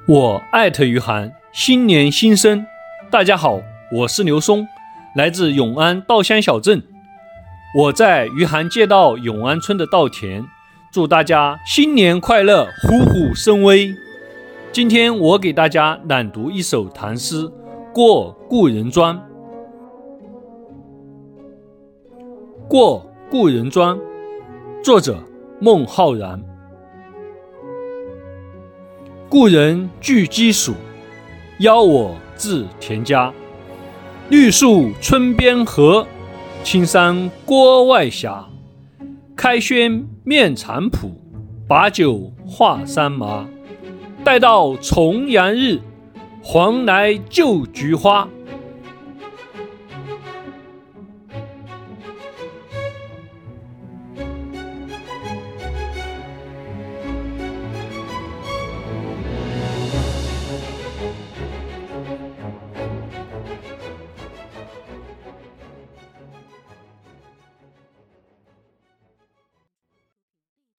我艾特余杭，新年新生。大家好，我是刘松，来自永安稻香小镇。我在余杭街道永安村的稻田，祝大家新年快乐，虎虎生威。今天我给大家朗读一首唐诗《过故人庄》。过故人庄，作者孟浩然。故人具鸡黍，邀我至田家。绿树村边合，青山郭外斜。开轩面场圃，把酒话桑麻。待到重阳日，还来就菊花。